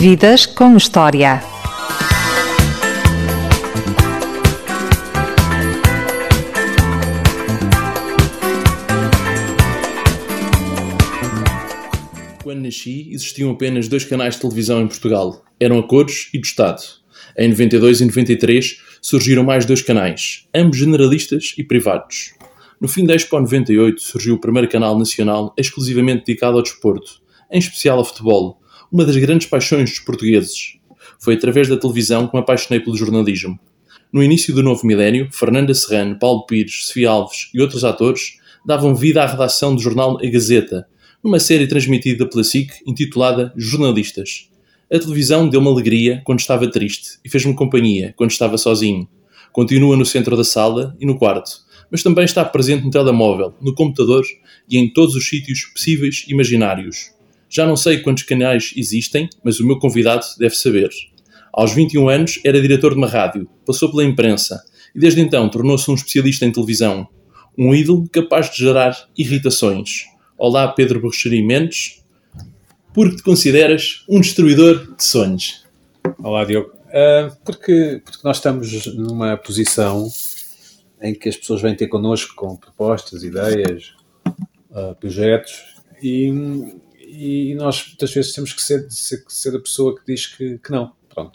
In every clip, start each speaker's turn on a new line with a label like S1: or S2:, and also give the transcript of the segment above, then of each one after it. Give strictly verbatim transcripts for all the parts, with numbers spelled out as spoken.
S1: Vidas com História.
S2: Quando nasci, existiam apenas dois canais de televisão em Portugal. Eram a cores e do Estado. Em noventa e dois e noventa e três surgiram mais dois canais, ambos generalistas e privados. No fim da Expo noventa e oito surgiu o primeiro canal nacional exclusivamente dedicado ao desporto, em especial ao futebol, uma das grandes paixões dos portugueses. Foi através da televisão que me apaixonei pelo jornalismo. No início do novo milénio, Fernanda Serrano, Paulo Pires, Sofia Alves e outros atores davam vida à redação do jornal A Gazeta, numa série transmitida pela S I C intitulada Jornalistas. A televisão deu-me alegria quando estava triste e fez-me companhia quando estava sozinho. Continua no centro da sala e no quarto, mas também está presente no telemóvel, no computador e em todos os sítios possíveis e imaginários. Já não sei quantos canais existem, mas o meu convidado deve saber. Aos vinte e um anos era diretor de uma rádio, passou pela imprensa e desde então tornou-se um especialista em televisão. Um ídolo capaz de gerar irritações. Olá, Pedro Borracharim Mendes, porque te consideras um destruidor de sonhos.
S3: Olá, Diogo. Uh, porque, porque nós estamos numa posição em que as pessoas vêm ter connosco com propostas, ideias, uh, projetos e, e nós muitas vezes temos que ser, ser, ser a pessoa que diz que, que não. Pronto.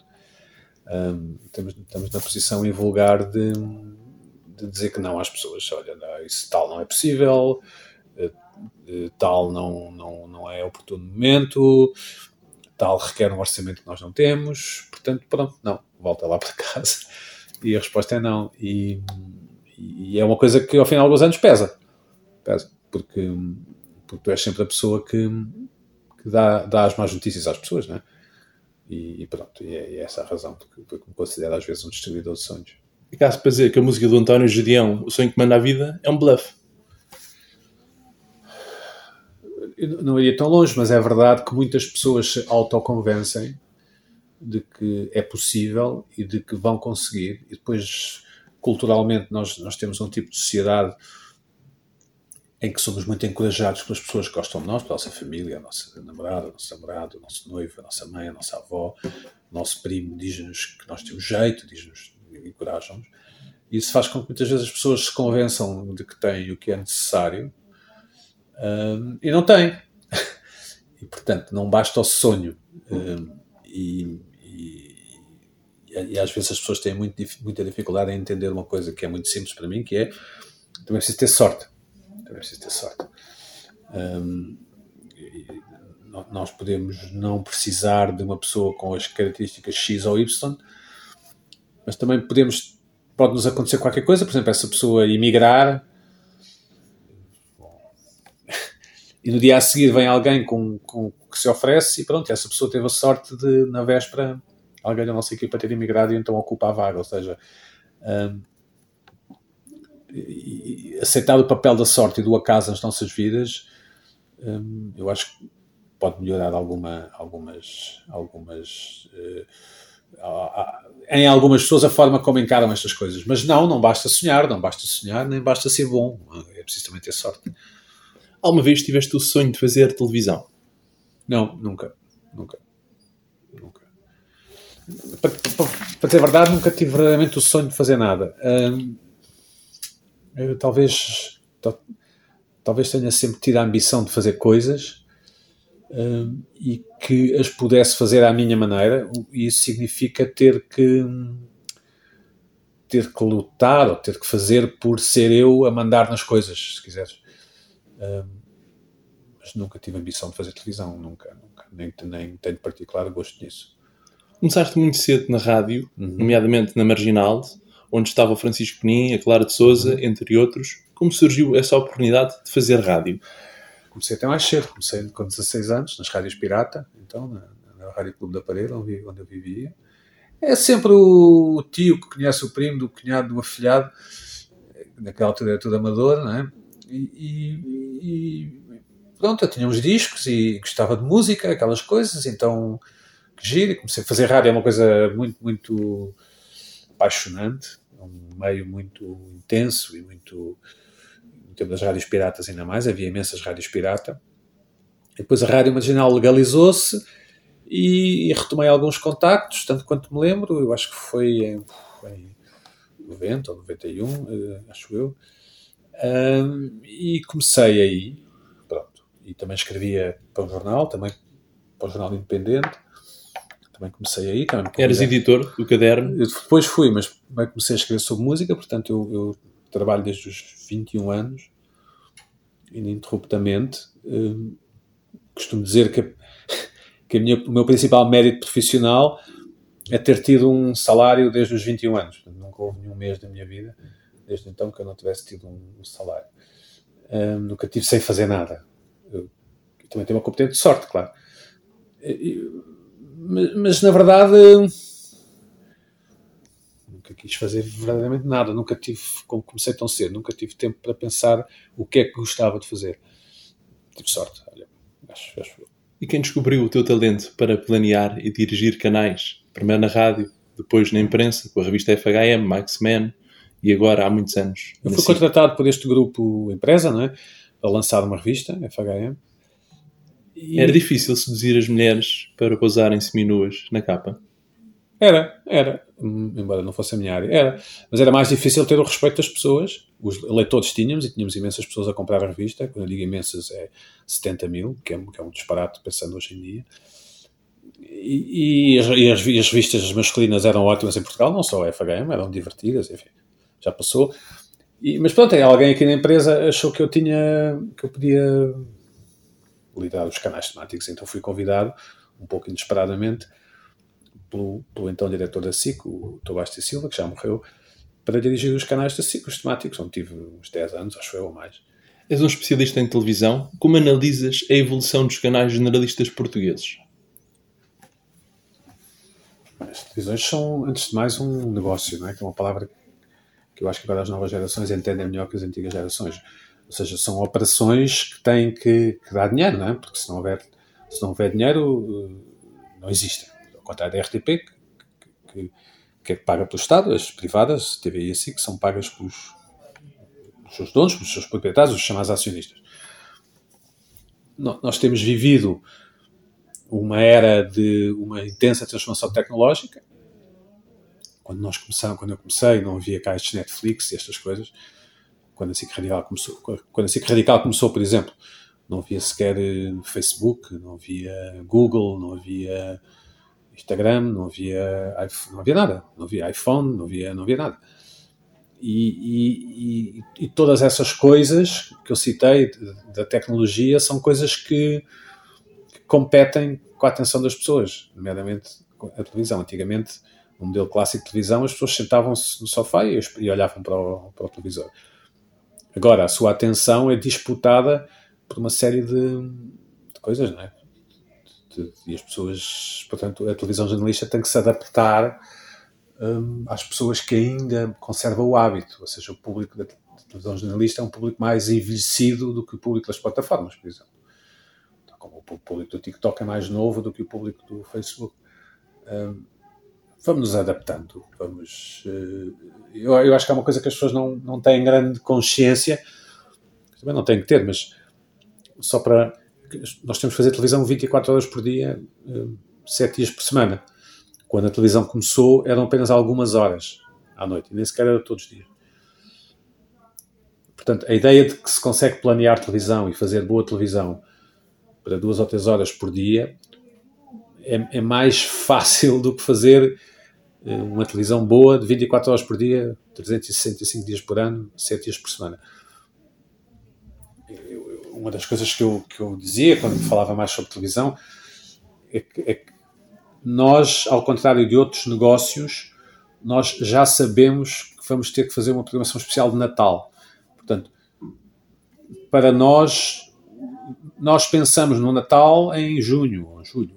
S3: Um, estamos, estamos na posição invulgar de, de dizer que não às pessoas. Olha, não, isso tal não é possível, uh, tal não, não, não é oportuno momento, tal requer um orçamento que nós não temos, portanto, pronto, não, volta lá para casa. E a resposta é não. E, e é uma coisa que ao final dos anos pesa. Pesa, porque, porque tu és sempre a pessoa que, que dá, dá as más notícias às pessoas, não é? E, e pronto, e é, e é essa a razão porque, porque me considero às vezes um distribuidor de sonhos.
S2: E caso para dizer que a música do António Gedeão, O Sonho que Manda a Vida, é um bluff.
S3: Eu não iria tão longe, mas é verdade que muitas pessoas se autoconvencem de que é possível e de que vão conseguir. E depois, culturalmente, nós, nós temos um tipo de sociedade em que somos muito encorajados pelas pessoas que gostam de nós, pela nossa família, a nossa namorada, o nosso namorado, o nosso noivo, a nossa mãe, a nossa avó, o nosso primo diz-nos que nós temos jeito, diz-nos, encorajam-nos. E isso faz com que muitas vezes as pessoas se convençam de que têm o que é necessário. Um, e não tem. E, portanto, não basta o sonho. Um, e, e, e às vezes as pessoas têm muito, muita dificuldade em entender uma coisa que é muito simples para mim, que é também é preciso ter sorte. Também é preciso ter sorte. Um, e, nós podemos não precisar de uma pessoa com as características X ou Y, mas também podemos, pode-nos acontecer qualquer coisa, por exemplo, essa pessoa emigrar, e no dia a seguir vem alguém com, com, que se oferece e pronto, essa pessoa teve a sorte de, na véspera, alguém da nossa equipa ter emigrado e então ocupa a vaga. Ou seja, um, e, e aceitar o papel da sorte e do acaso nas nossas vidas, um, eu acho que pode melhorar alguma, algumas, algumas uh, em algumas pessoas a forma como encaram estas coisas. Mas não, não basta sonhar, não basta sonhar, nem basta ser bom. É preciso também ter sorte.
S2: Alguma vez tiveste o sonho de fazer televisão?
S3: Não, nunca. Nunca. Nunca. Para, para, para dizer a verdade, nunca tive realmente o sonho de fazer nada. Hum, eu, talvez, tal, talvez tenha sempre tido a ambição de fazer coisas hum, e que as pudesse fazer à minha maneira. E isso significa ter que, ter que lutar ou ter que fazer por ser eu a mandar nas coisas, se quiseres. Um, mas nunca tive a ambição de fazer televisão, nunca, nunca. Nem, nem tenho particular gosto nisso.
S2: Começaste muito cedo na rádio,
S3: uhum.
S2: nomeadamente na Marginal, onde estava o Francisco Penin, a Clara de Sousa, uhum. entre outros. Como surgiu essa oportunidade de fazer rádio?
S3: Comecei até mais cedo, comecei com dezasseis anos, nas rádios Pirata, então, na, na Rádio Clube da Parede, onde, onde eu vivia. É sempre o tio que conhece o primo do cunhado do afilhado, naquela altura era tudo amador, não é? E, e, e pronto, eu tinha uns discos e gostava de música, aquelas coisas, então que giro, comecei a fazer rádio, é uma coisa muito, muito apaixonante, é um meio muito intenso e muito, em termos das rádios piratas ainda mais, havia imensas rádios pirata, e depois a Rádio Marginal legalizou-se e, e retomei alguns contactos, tanto quanto me lembro, eu acho que foi em, em noventa ou noventa e um, uh, acho eu, um, e comecei aí, pronto, e também escrevia para o jornal, também para o Jornal Independente, também comecei aí. Também
S2: Eras editor do caderno?
S3: Eu depois fui, mas comecei a escrever sobre música, portanto eu, eu trabalho desde os vinte e um anos, ininterruptamente. Um, costumo dizer que, que a minha, o meu principal mérito profissional é ter tido um salário desde os vinte e um anos. Portanto, nunca houve nenhum mês da minha vida, desde então, que eu não tivesse tido um, um salário. Um, nunca tive sem fazer nada. Eu, eu também tenho uma competente de sorte, claro. Eu, mas, mas, na verdade, nunca quis fazer verdadeiramente nada. Nunca tive, como comecei tão cedo, nunca tive tempo para pensar o que é que gostava de fazer. Tive sorte, olha, acho, acho.
S2: E quem descobriu o teu talento para planear e dirigir canais? Primeiro na rádio, depois na imprensa, com a revista F H M, Mike's Man, e agora há muitos anos.
S3: Eu fui contratado por este grupo Empresa, não é? Para lançar uma revista, F H M.
S2: E... Era difícil seduzir as mulheres para pousarem seminuas na capa?
S3: Era, era. Embora não fosse a minha área, era. Mas era mais difícil ter o respeito das pessoas. Os leitores tínhamos, e tínhamos imensas pessoas a comprar a revista. Quando eu digo imensas, é setenta mil, que é, que é um disparate pensando hoje em dia. E, e, as, e, as, e as revistas masculinas eram ótimas em Portugal, não só a F H M, eram divertidas, enfim, já passou. E, mas pronto, alguém aqui na empresa achou que eu tinha, que eu podia liderar os canais temáticos, então fui convidado, um pouco inesperadamente, pelo, pelo então diretor da S I C, o Tomás de Silva, que já morreu, para dirigir os canais da S I C, os temáticos, onde tive uns dez anos, acho eu, ou mais.
S2: És um especialista em televisão. Como analisas a evolução dos canais generalistas portugueses?
S3: As televisões são, antes de mais, um negócio, não é? Que é uma palavra que eu acho que agora as novas gerações entendem melhor que as antigas gerações. Ou seja, são operações que têm que, que dar dinheiro, não é? Porque se não houver, se não houver dinheiro, não existem. Ao contrário da R T P, que, que, que é paga pelo Estado, as privadas, T V I e a S I C, são pagas pelos, pelos seus donos, pelos seus proprietários, os chamados acionistas. Nós temos vivido uma era de uma intensa transformação tecnológica. Quando, nós começamos, quando eu comecei, não havia cá estes Netflix e estas coisas. Quando a S I C Radical começou, quando a S I C Radical começou, por exemplo, não havia sequer Facebook, não havia Google, não havia Instagram, não havia, não havia nada. Não havia iPhone, não havia, não havia nada. E, e, e, e todas essas coisas que eu citei da tecnologia são coisas que competem com a atenção das pessoas, nomeadamente a televisão. Antigamente, no modelo clássico de televisão, as pessoas sentavam-se no sofá e, e olhavam para o, para o televisor. Agora, a sua atenção é disputada por uma série de, de coisas, não é? De, de, e as pessoas, portanto, a televisão jornalista tem que se adaptar um, às pessoas que ainda conservam o hábito. Ou seja, o público da televisão jornalista é um público mais envelhecido do que o público das plataformas, por exemplo. Como o público do TikTok é mais novo do que o público do Facebook. Um, vamos nos adaptando. Vamos, uh, eu, eu acho que é uma coisa que as pessoas não, não têm grande consciência. Também não têm que ter, mas só para... Nós temos que fazer televisão vinte e quatro horas por dia, uh, sete dias por semana. Quando a televisão começou, eram apenas algumas horas à noite. E nem sequer era todos os dias. Portanto, a ideia de que se consegue planear televisão e fazer boa televisão para duas ou três horas por dia, é, é mais fácil do que fazer uma televisão boa de vinte e quatro horas por dia, trezentos e sessenta e cinco dias por ano, sete dias por semana. Eu, uma das coisas que eu, que eu dizia quando falava mais sobre televisão é que, é que nós, ao contrário de outros negócios, nós já sabemos que vamos ter que fazer uma programação especial de Natal. Portanto, para nós... Nós pensamos no Natal em junho ou julho.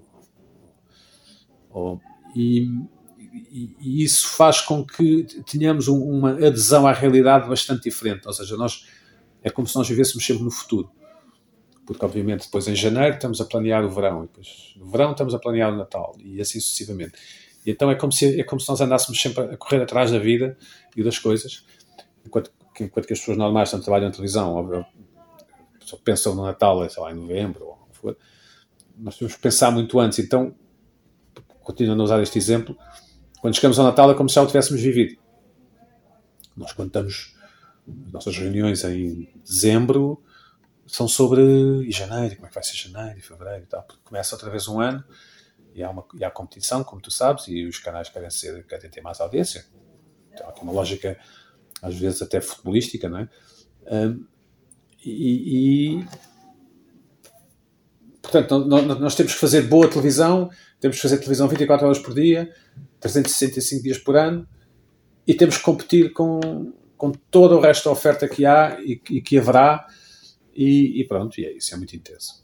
S3: Ou, e, e, e isso faz com que tenhamos um, uma adesão à realidade bastante diferente. Ou seja, nós, é como se nós vivêssemos sempre no futuro. Porque, obviamente, depois em janeiro estamos a planear o verão. E depois no verão estamos a planear o Natal. E assim sucessivamente. E então é como se, é como se nós andássemos sempre a correr atrás da vida e das coisas. Enquanto, enquanto que as pessoas normais não trabalham na televisão, ou, só pensam no Natal, sei lá, em novembro, ou o que for. Nós temos que pensar muito antes. Então, continuando a usar este exemplo, quando chegamos ao Natal é como se já o tivéssemos vivido. Nós, quando estamos, as nossas reuniões em dezembro são sobre e janeiro, como é que vai ser janeiro e fevereiro e tal, porque começa outra vez um ano e há, uma, e há competição, como tu sabes, e os canais querem, ser, querem ter mais audiência. Então há aqui uma lógica, às vezes até futebolística, não é? Um, e, e portanto, nós, nós temos que fazer boa televisão, temos que fazer televisão vinte e quatro horas por dia, trezentos e sessenta e cinco dias por ano, e temos que competir com, com todo o resto da oferta que há e, e que haverá, e, e pronto, e é isso, é muito intenso.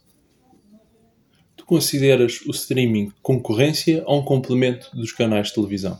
S2: Tu consideras o streaming concorrência ou um complemento dos canais de televisão?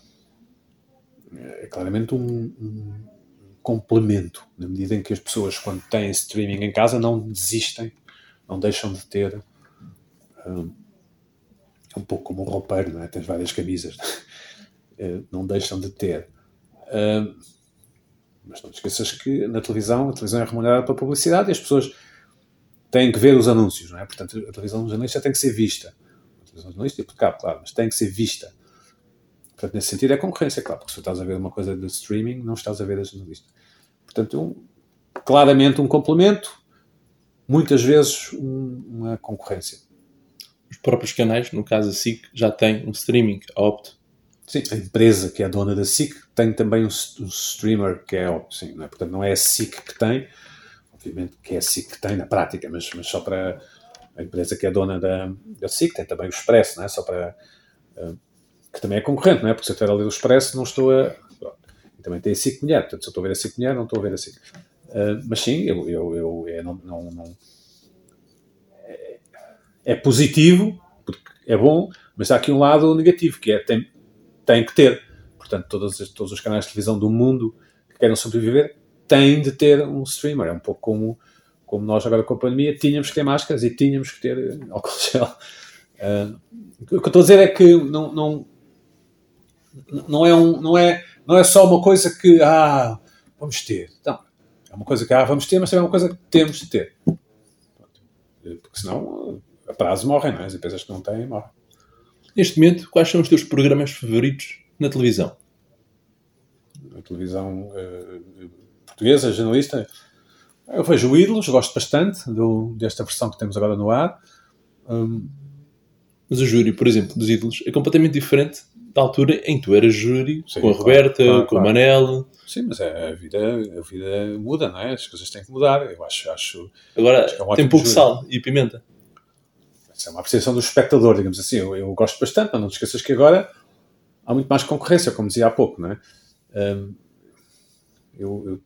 S3: É claramente um, um complemento, na medida em que as pessoas, quando têm streaming em casa, não desistem, não deixam de ter. Um, é um pouco como um roupeiro, não é? Tens várias camisas, não deixam de ter. Um, mas não te esqueças que na televisão, a televisão é remunerada pela publicidade e as pessoas têm que ver os anúncios, não é? Portanto, a televisão jornalista tem que ser vista. A televisão jornalista é impecável, claro, mas tem que ser vista. Portanto, nesse sentido é concorrência, claro, porque se estás a ver uma coisa de streaming, não estás a ver a jornalista. Portanto, um, claramente um complemento, muitas vezes um, uma concorrência.
S2: Os próprios canais, no caso a S I C, já têm um streaming, a Opto.
S3: Sim, a empresa que é a dona da S I C tem também um, um streamer que é a Opto, sim, não é? Portanto, não é a S I C que tem, obviamente que é a S I C que tem na prática, mas, mas só para a empresa que é a dona da, da S I C, tem também o Expresso, não é? Só para... Uh, que também é concorrente, não é? Porque se eu estiver a ler o Expresso, não estou a... Pronto. E também tem a S I C Mulher, portanto, se eu estou a ver a S I C Mulher, não estou a ver a S I C. Uh, mas sim, eu, eu, eu, eu não, não, não... É, é positivo, porque é bom, mas há aqui um lado negativo, que é tem, tem que ter. Portanto, todos, todos os canais de televisão do mundo que queiram sobreviver têm de ter um streamer. É um pouco como, como nós agora com a pandemia tínhamos que ter máscaras e tínhamos que ter álcool gel. Uh, o que eu estou a dizer é que não... não Não é, um, não, é, não é só uma coisa que, ah, vamos ter. Não, é uma coisa que, ah, vamos ter, mas também é uma coisa que temos de ter. Porque senão, a prazo morrem, não é? As empresas que não têm, morrem.
S2: Neste momento, quais são os teus programas favoritos na televisão?
S3: Na televisão uh, portuguesa, jornalista, eu vejo o Ídolos, gosto bastante do, desta versão que temos agora no ar. Um,
S2: Mas o júri, por exemplo, dos Ídolos, é completamente diferente da altura em que tu eras júri, sim, com a Roberta, claro, claro, com claro. o Manel.
S3: Sim, mas a vida, a vida muda, não é? As coisas têm que mudar. Eu acho, acho,
S2: Agora,
S3: acho que é um
S2: tem pouco júri. Sal e pimenta.
S3: Essa é uma apreciação do espectador, digamos assim. Eu, eu gosto bastante, mas não te esqueças que agora há muito mais concorrência, como dizia há pouco, não é? Um, eu,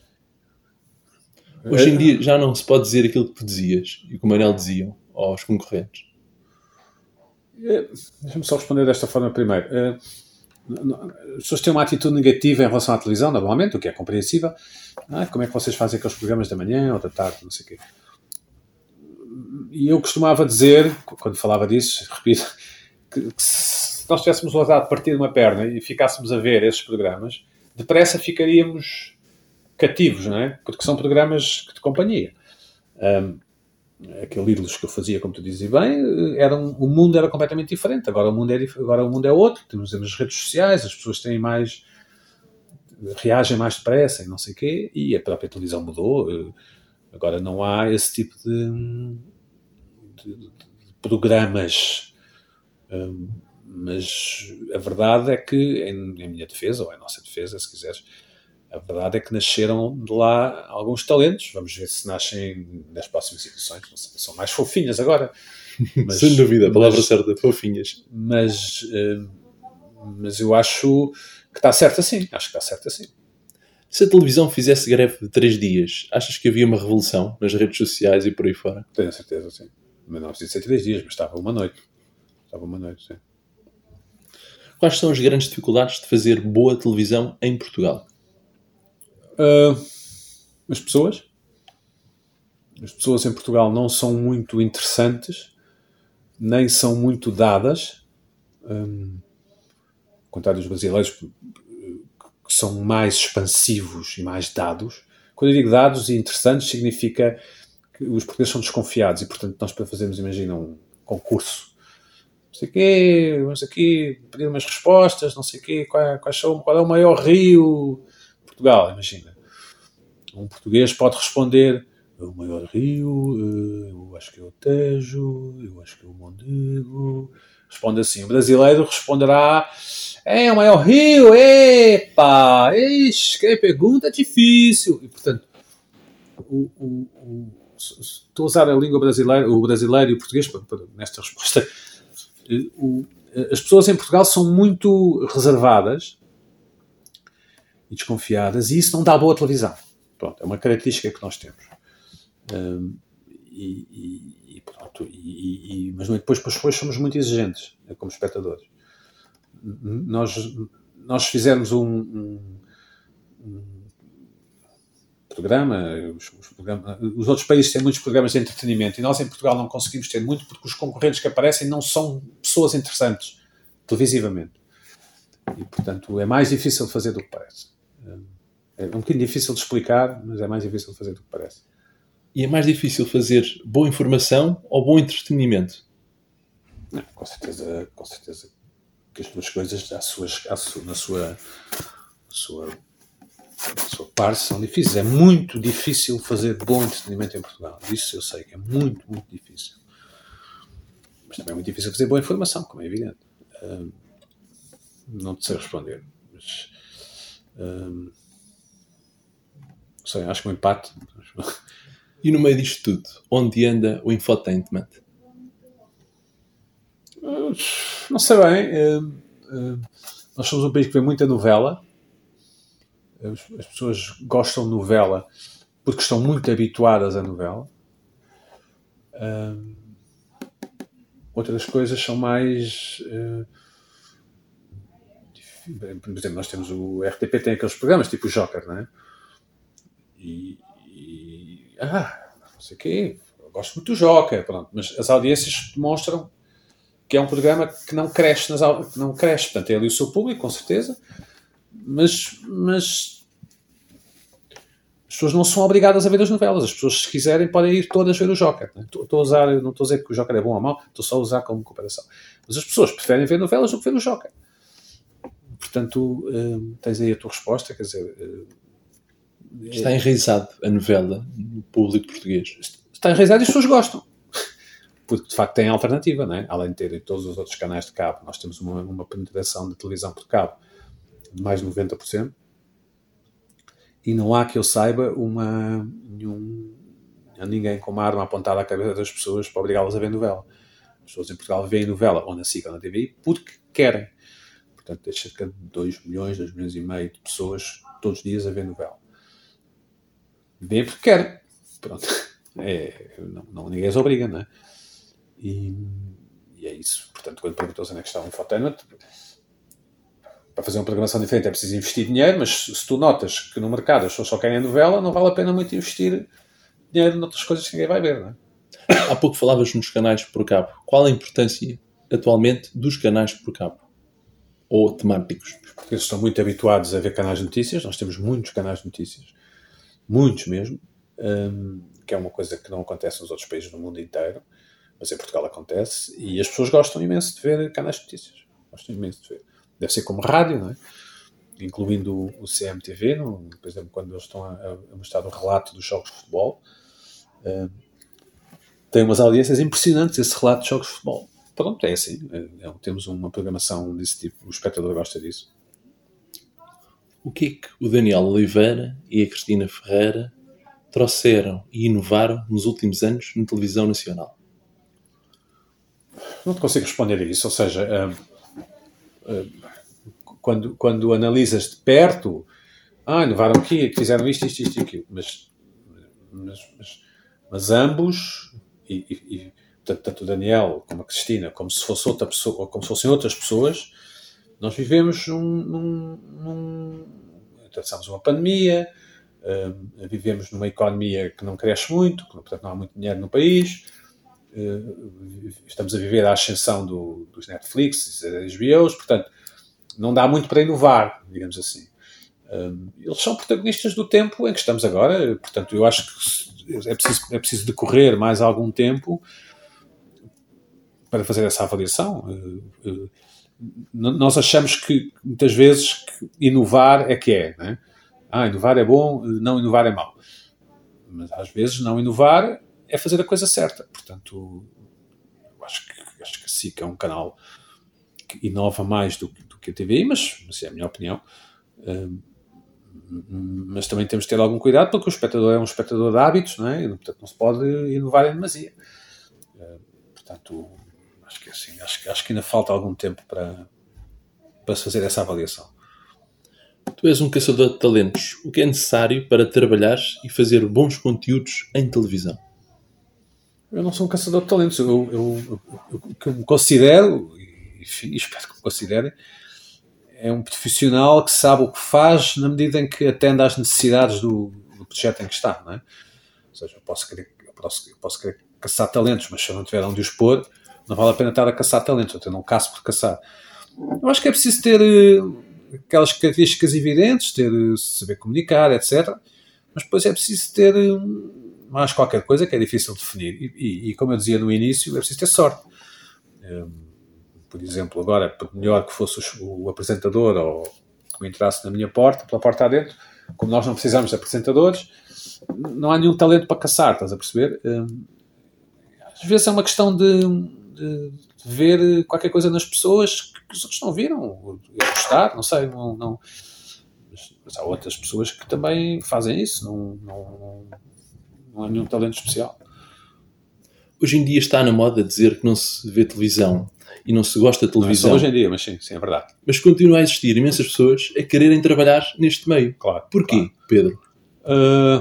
S2: eu... Hoje em dia já não se pode dizer aquilo que tu dizias e que o Manel diziam aos concorrentes.
S3: Deixa-me só responder desta forma primeiro. As pessoas têm uma atitude negativa em relação à televisão, normalmente, o que é compreensível. Ah, como é que vocês fazem aqueles programas da manhã ou da tarde, não sei o quê. E eu costumava dizer, quando falava disso, repito, que, que se nós tivéssemos o azar de partir uma perna e ficássemos a ver esses programas, depressa ficaríamos cativos, não é? Porque são programas de companhia. Um, aquele Ídolos que eu fazia, como tu dizes bem, era um, o mundo era completamente diferente. Agora o mundo é, agora o mundo é outro. Temos as redes sociais, as pessoas têm mais... reagem mais depressa e não sei o quê, e a própria televisão mudou. Agora não há esse tipo de, de, de programas. Um, mas a verdade é que, em, em minha defesa, ou em nossa defesa, se quiseres, a verdade é que nasceram de lá alguns talentos. Vamos ver se nascem nas próximas edições. Não sei, são mais fofinhas agora.
S2: Mas, sem dúvida, a palavra
S3: mas,
S2: certa, fofinhas.
S3: Mas, uh, mas eu acho que está certo assim. Acho que está certo assim.
S2: Se a televisão fizesse greve de três dias, achas que havia uma revolução nas redes sociais e por aí fora?
S3: Tenho certeza, sim. Mas não precisa ser três dias, mas estava uma noite. Estava uma noite, sim.
S2: Quais são as grandes dificuldades de fazer boa televisão em Portugal?
S3: Uh, as pessoas. As pessoas em Portugal não são muito interessantes, nem são muito dadas. Um, ao contrário dos brasileiros, que são mais expansivos e mais dados. Quando eu digo dados e interessantes, significa que os portugueses são desconfiados e, portanto, nós para fazermos, imagina, um concurso, sei o quê, vamos aqui pedir umas respostas, não sei o quê, qual, quais são, qual é o maior rio de Portugal, imagina. Um português pode responder, o maior rio, eu acho que é o Tejo, eu acho que é o Mondego. Responde assim. O brasileiro responderá, é o maior rio, epa, ixi, que pergunta difícil. E, portanto, o, o, o, estou a usar a língua brasileira, o brasileiro e o português para, para, nesta resposta. O, as pessoas em Portugal são muito reservadas e desconfiadas, e isso não dá boa televisão. Pronto, é uma característica que nós temos. Um, e, e, e pronto, e, e, mas depois, depois somos muito exigentes como espectadores. Nós, nós fizemos um, um, um programa os, os programa, os outros países têm muitos programas de entretenimento e nós em Portugal não conseguimos ter muito porque os concorrentes que aparecem não são pessoas interessantes televisivamente e portanto é mais difícil de fazer do que parece. É um bocadinho difícil de explicar, mas é mais difícil de fazer do que parece.
S2: E é mais difícil fazer boa informação ou bom entretenimento?
S3: Não, com certeza, com certeza que as duas coisas à sua, à sua, na sua, sua, sua parte são difíceis. É muito difícil fazer bom entretenimento em Portugal. Isso eu sei que é muito, muito difícil. Mas também é muito difícil fazer boa informação, como é evidente. Um, não te sei responder, mas um, sei, acho que um empate.
S2: E no meio disto tudo, onde anda o infotainment?
S3: Não sei bem. Uh, uh, nós somos um país que vê muita novela. As, as pessoas gostam de novela porque estão muito habituadas à novela. Uh, outras coisas são mais... Uh, por exemplo, nós temos o R T P, tem aqueles programas tipo o Joker, não é? E... e ah, não sei o quê. Eu gosto muito do Joker, pronto. Mas as audiências demonstram que é um programa que não cresce, nas, que não cresce. Portanto, é ali o seu público, com certeza, mas, mas as pessoas não são obrigadas a ver as novelas. As pessoas, se quiserem, podem ir todas ver o Joker. Né? Estou, estou a usar, não estou a dizer que o Joker é bom ou mau, estou só a usar como comparação. Mas as pessoas preferem ver novelas do que ver o Joker. Portanto, hum, tens aí a tua resposta, quer dizer... Hum,
S2: Está enraizado a novela no público português?
S3: Está enraizado e as pessoas gostam. Porque, de facto, tem alternativa, não é? Além de terem todos os outros canais de cabo, nós temos uma, uma penetração de televisão por cabo de mais de noventa por cento. E não há, que eu saiba, uma, nenhum, ninguém com uma arma apontada à cabeça das pessoas para obrigá-las a ver novela. As pessoas em Portugal veem novela, ou na S I C ou na T V I, porque querem. Portanto, tem cerca de dois milhões, dois milhões e meio de pessoas todos os dias a ver novela. Vêem porque querem. Pronto. É, não, não, ninguém as obriga, não é? E, e é isso. Portanto, quando perguntou-se onde é que está o infotainment, para fazer uma programação diferente é preciso investir dinheiro, mas se tu notas que no mercado as pessoas só querem a novela, não vale a pena muito investir dinheiro noutras coisas que ninguém vai ver, não é?
S2: Há pouco falavas nos canais por cabo. Qual a importância atualmente dos canais por cabo? Ou temáticos?
S3: Porque eles estão muito habituados a ver canais de notícias. Nós temos muitos canais de notícias. Muitos mesmo. Um, que é uma coisa que não acontece nos outros países do mundo inteiro. Mas em Portugal acontece. E as pessoas gostam imenso de ver canais de notícias. Gostam imenso de ver. Deve ser como rádio, não é? Incluindo o C M T V, no, por exemplo, quando eles estão a, a mostrar o relato dos jogos de futebol. Um, tem umas audiências impressionantes esse relato de jogos de futebol. Pronto, é assim. É, é, temos uma programação desse tipo. O espectador gosta disso.
S2: O que é que o Daniel Oliveira e a Cristina Ferreira trouxeram e inovaram nos últimos anos na televisão nacional?
S3: Não te consigo responder a isso. Ou seja, uh, uh, quando, quando analisas de perto, ah, inovaram aqui, fizeram isto, isto, isto e aquilo. Mas, mas, mas, mas ambos, e, e, e tanto, tanto o Daniel como a Cristina, como se fosse outra pessoa, ou como se fossem outras pessoas, nós vivemos num, num, num atravessamos uma pandemia, uh, vivemos numa economia que não cresce muito, que, portanto não há muito dinheiro no país, uh, estamos a viver a ascensão do, dos Netflix, das H B Os, portanto não dá muito para inovar, digamos assim. Uh, eles são protagonistas do tempo em que estamos agora, portanto eu acho que é preciso, é preciso decorrer mais algum tempo para fazer essa avaliação. Uh, uh, nós achamos que, muitas vezes, que inovar é que é, né? Ah, inovar é bom, não inovar é mau. Mas, às vezes, não inovar é fazer a coisa certa. Portanto, eu acho que, acho que a SIC é um canal que inova mais do, do que a T V I, mas, mas é a minha opinião. Uh, mas também temos de ter algum cuidado, porque o espectador é um espectador de hábitos, não é? E, portanto, não se pode inovar em demasia. Uh, portanto, acho que, assim, acho, acho que ainda falta algum tempo para, para se fazer essa avaliação.
S2: Tu és um caçador de talentos. O que é necessário para trabalhar e fazer bons conteúdos em televisão?
S3: Eu não sou um caçador de talentos. Eu, eu, eu, eu, o que eu me considero, e enfim, espero que me considerem, é um profissional que sabe o que faz na medida em que atende às necessidades do, do projeto em que está, não é? Ou seja, eu posso querer, eu posso, eu posso querer caçar talentos, mas se eu não tiver onde os pôr, não vale a pena estar a caçar talentos. Eu não caço por caçar. Eu acho que é preciso ter uh, aquelas características evidentes, ter, uh, saber comunicar, etcétera. Mas depois é preciso ter uh, mais qualquer coisa que é difícil de definir. E, e, e como eu dizia no início, é preciso ter sorte. Um, por exemplo, agora, por melhor que fosse o, o apresentador ou que me entrasse na minha porta, pela porta adentro, como nós não precisamos de apresentadores, não há nenhum talento para caçar, estás a perceber? Um, às vezes é uma questão de, de, de ver qualquer coisa nas pessoas que os outros não viram, gostar, não sei, não, não, mas, mas há outras pessoas que também fazem isso, não, não, não há nenhum talento especial.
S2: Hoje em dia está na moda dizer que não se vê televisão e não se gosta de televisão.
S3: Não é só hoje em dia, mas sim, sim, é verdade.
S2: Mas continua a existir imensas pessoas a quererem trabalhar neste meio.
S3: Claro.
S2: Porquê,
S3: Claro.
S2: Pedro?
S3: Uh,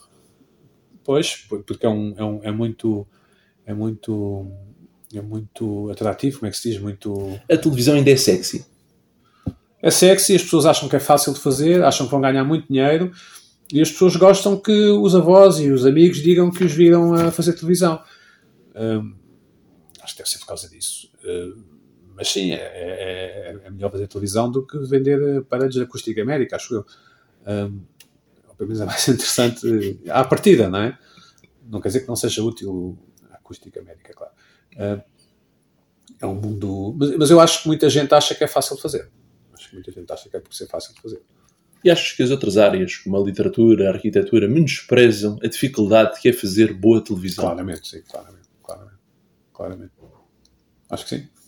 S3: pois, porque é, um, é, um, é muito... É muito... É muito atrativo, como é que se diz? Muito...
S2: A televisão ainda é sexy.
S3: É sexy, as pessoas acham que é fácil de fazer, acham que vão ganhar muito dinheiro e as pessoas gostam que os avós e os amigos digam que os viram a fazer televisão. Um, acho que deve ser por causa disso. Uh, mas sim, é, é, é melhor fazer televisão do que vender aparelhos de acústica médica, acho eu. Um, pelo menos é mais interessante à partida, não é? Não quer dizer que não seja útil a acústica médica, claro. Uh, é um mundo... Mas, mas eu acho que muita gente acha que é fácil de fazer. Acho que muita gente acha que é por ser fácil de fazer.
S2: E achas que as outras áreas, como a literatura, a arquitetura, menosprezam a dificuldade que é fazer boa televisão?
S3: Claramente, sim, claramente. Claramente. Claramente. Acho que sim.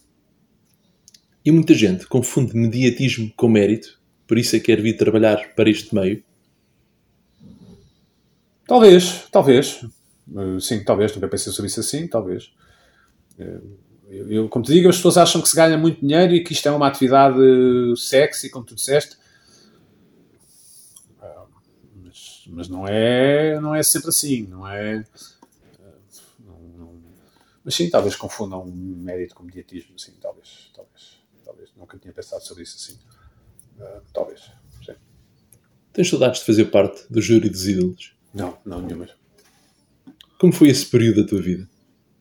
S2: E muita gente confunde mediatismo com mérito, por isso é que quer vir trabalhar para este meio?
S3: Talvez, talvez. Uh, sim, talvez. Nunca pensei sobre isso assim, talvez. Uh, eu, eu, como te digo, as pessoas acham que se ganha muito dinheiro e que isto é uma atividade sexy, como tu disseste. Uh, mas, mas não é, não é sempre assim, não é... Mas sim, talvez confundam mérito com mediatismo, sim, talvez, talvez, talvez. Nunca tinha pensado sobre isso assim. Uh, talvez, sim.
S2: Tens saudades de fazer parte do júri dos ídolos?
S3: Não, não, nenhuma.
S2: Como foi esse período da tua vida?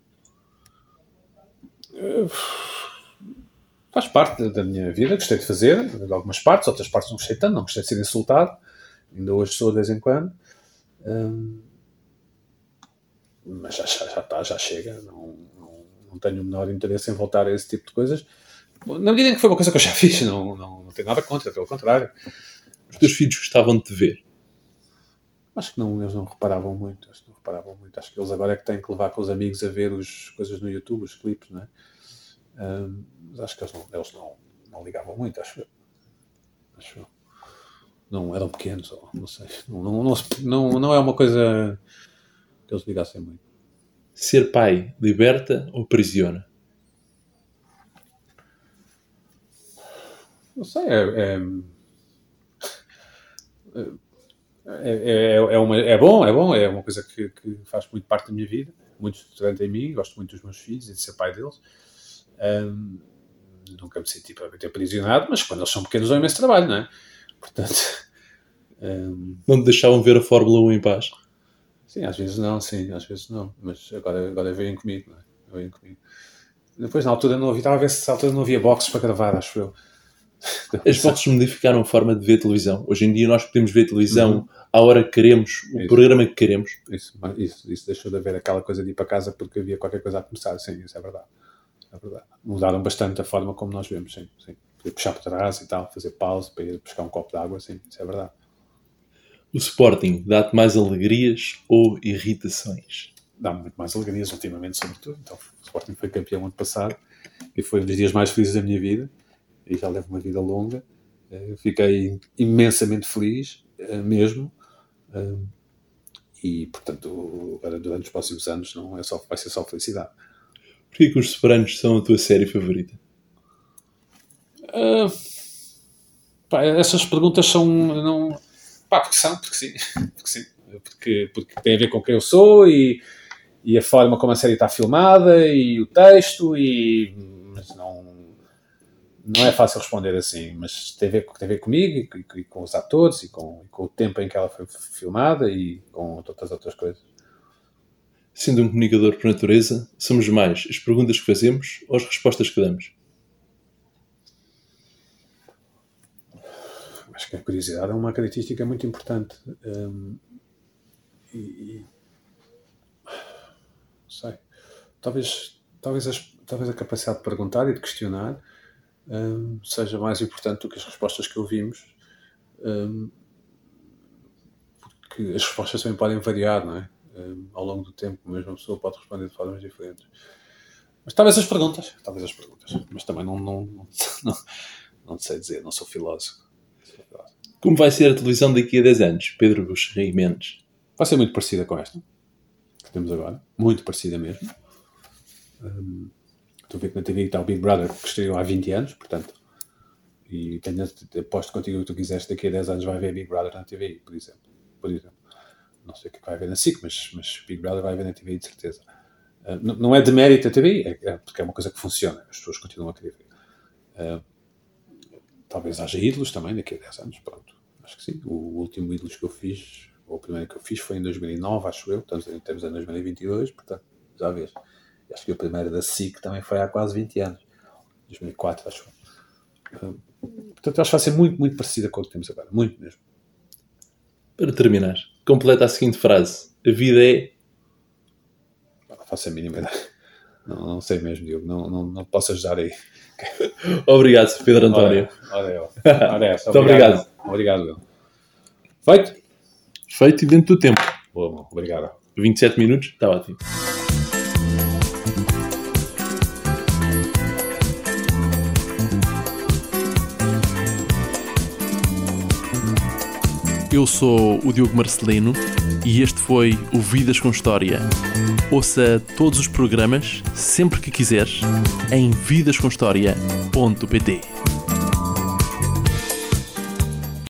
S3: Uh, faz parte da minha vida, gostei de fazer, de algumas partes, outras partes não gostei tanto, não gostei de ser insultado, ainda hoje sou de vez em quando. Um, mas já, já, já, tá, já chega, não, não, não tenho o menor interesse em voltar a esse tipo de coisas. Na medida em que foi uma coisa que eu já fiz, não, não, não tenho nada contra, pelo contrário.
S2: Os teus filhos gostavam de te ver?
S3: Acho que não, eles não reparavam muito, acho que não reparavam muito. Acho que eles agora é que têm que levar com os amigos a ver as coisas no YouTube, os clipes, não é? Um, mas acho que eles, não, eles não, não ligavam muito, acho eu. Acho eu. Não, eram pequenos, ou, não sei. Não, não, não, não, não é uma coisa que eles ligassem muito.
S2: Ser pai liberta ou aprisiona?
S3: Não sei, é... é... É, é, é, uma, é bom, é bom, é uma coisa que, que faz muito parte da minha vida, muito estudante em mim, gosto muito dos meus filhos e de ser pai deles. Um, nunca me senti para ter aprisionado, mas quando eles são pequenos dão imenso trabalho, não é? Portanto... Um,
S2: não te deixavam ver a Fórmula um em paz?
S3: Sim, às vezes não, sim, às vezes não, mas agora, agora vêm comigo, não é? Vêm comigo. Depois, na altura, não havia, estava a ver se na altura não havia boxes para gravar, acho eu.
S2: As boxes modificaram a forma de ver televisão. Hoje em dia nós podemos ver televisão uhum. à hora que queremos, o isso. programa que queremos.
S3: Isso, isso, isso deixou de haver aquela coisa de ir para casa porque havia qualquer coisa a começar, sim, isso é verdade. é verdade. Mudaram bastante a forma como nós vemos, sim. sim. Poder puxar para trás e tal, fazer pausa para ir buscar um copo de água, sim, isso é verdade.
S2: O Sporting dá-te mais alegrias ou irritações?
S3: Dá-me muito mais alegrias ultimamente, sobretudo. Então, o Sporting foi campeão ano passado e foi um dos dias mais felizes da minha vida, e já levo uma vida longa. Fiquei imensamente feliz, mesmo, e, portanto, agora, durante os próximos anos não é só, vai ser só felicidade.
S2: Porquê que os Sopranos são a tua série favorita?
S3: Uh, pá, essas perguntas são... Não, pá, porque são, porque sim. Porque, sim porque, porque tem a ver com quem eu sou e, e a forma como a série está filmada e o texto, e, mas não, não é fácil responder assim, mas tem a ver, tem a ver comigo e, e com os atores e com, e com o tempo em que ela foi filmada e com todas as outras coisas.
S2: Sendo um comunicador por natureza, somos mais as perguntas que fazemos ou as respostas que damos?
S3: Acho que a curiosidade é uma característica muito importante. Um, e, e não sei. Talvez, talvez, as, talvez a capacidade de perguntar e de questionar um, seja mais importante do que as respostas que ouvimos. Um, porque as respostas também podem variar, não é? Um, ao longo do tempo, a mesma pessoa pode responder de formas diferentes. Mas talvez as perguntas. Talvez as perguntas. Mas também não, não, não, não, não sei dizer, não sou filósofo.
S2: Como vai ser a televisão daqui a dez anos, Pedro Buxerri Mendes?
S3: Vai ser muito parecida com esta que temos agora. Muito parecida mesmo. Um, estou a ver que na T V está o Big Brother, que estreou há vinte anos, portanto. E tenho, aposto contigo o que tu quiseres, daqui a dez anos vai haver Big Brother na T V, por exemplo. Por exemplo. Não sei o que vai haver na S I C, mas, mas Big Brother vai haver na T V, de certeza. Uh, não, não é de mérito a T V, é, é porque é uma coisa que funciona. As pessoas continuam a querer ver. Uh, Talvez haja ídolos também daqui a dez anos, pronto. Acho que sim. O último ídolos que eu fiz, ou o primeiro que eu fiz, foi em dois mil e nove, acho eu. Portanto, estamos em dois mil e vinte e dois, portanto, já vês. Acho que o primeiro da S I C também foi há quase vinte anos. dois mil e quatro, acho eu. Portanto, acho que vai ser muito, muito parecida com o que temos agora. Muito mesmo.
S2: Para terminar, completa a seguinte frase. A vida é...
S3: Não faço a mínima ideia. Não, não sei mesmo, Diogo. Não, não, não posso ajudar aí.
S2: Obrigado, Pedro António.
S3: Ora é, ora é.
S2: Muito obrigado.
S3: Obrigado, Will. Feito?
S2: Feito e dentro do tempo.
S3: Boa, bom. Obrigado.
S2: vinte e sete minutos, está ótimo. Eu sou o Diogo Marcelino e este foi o Vidas com História. Ouça todos os programas, sempre que quiseres, em vidascomhistoria ponto pt.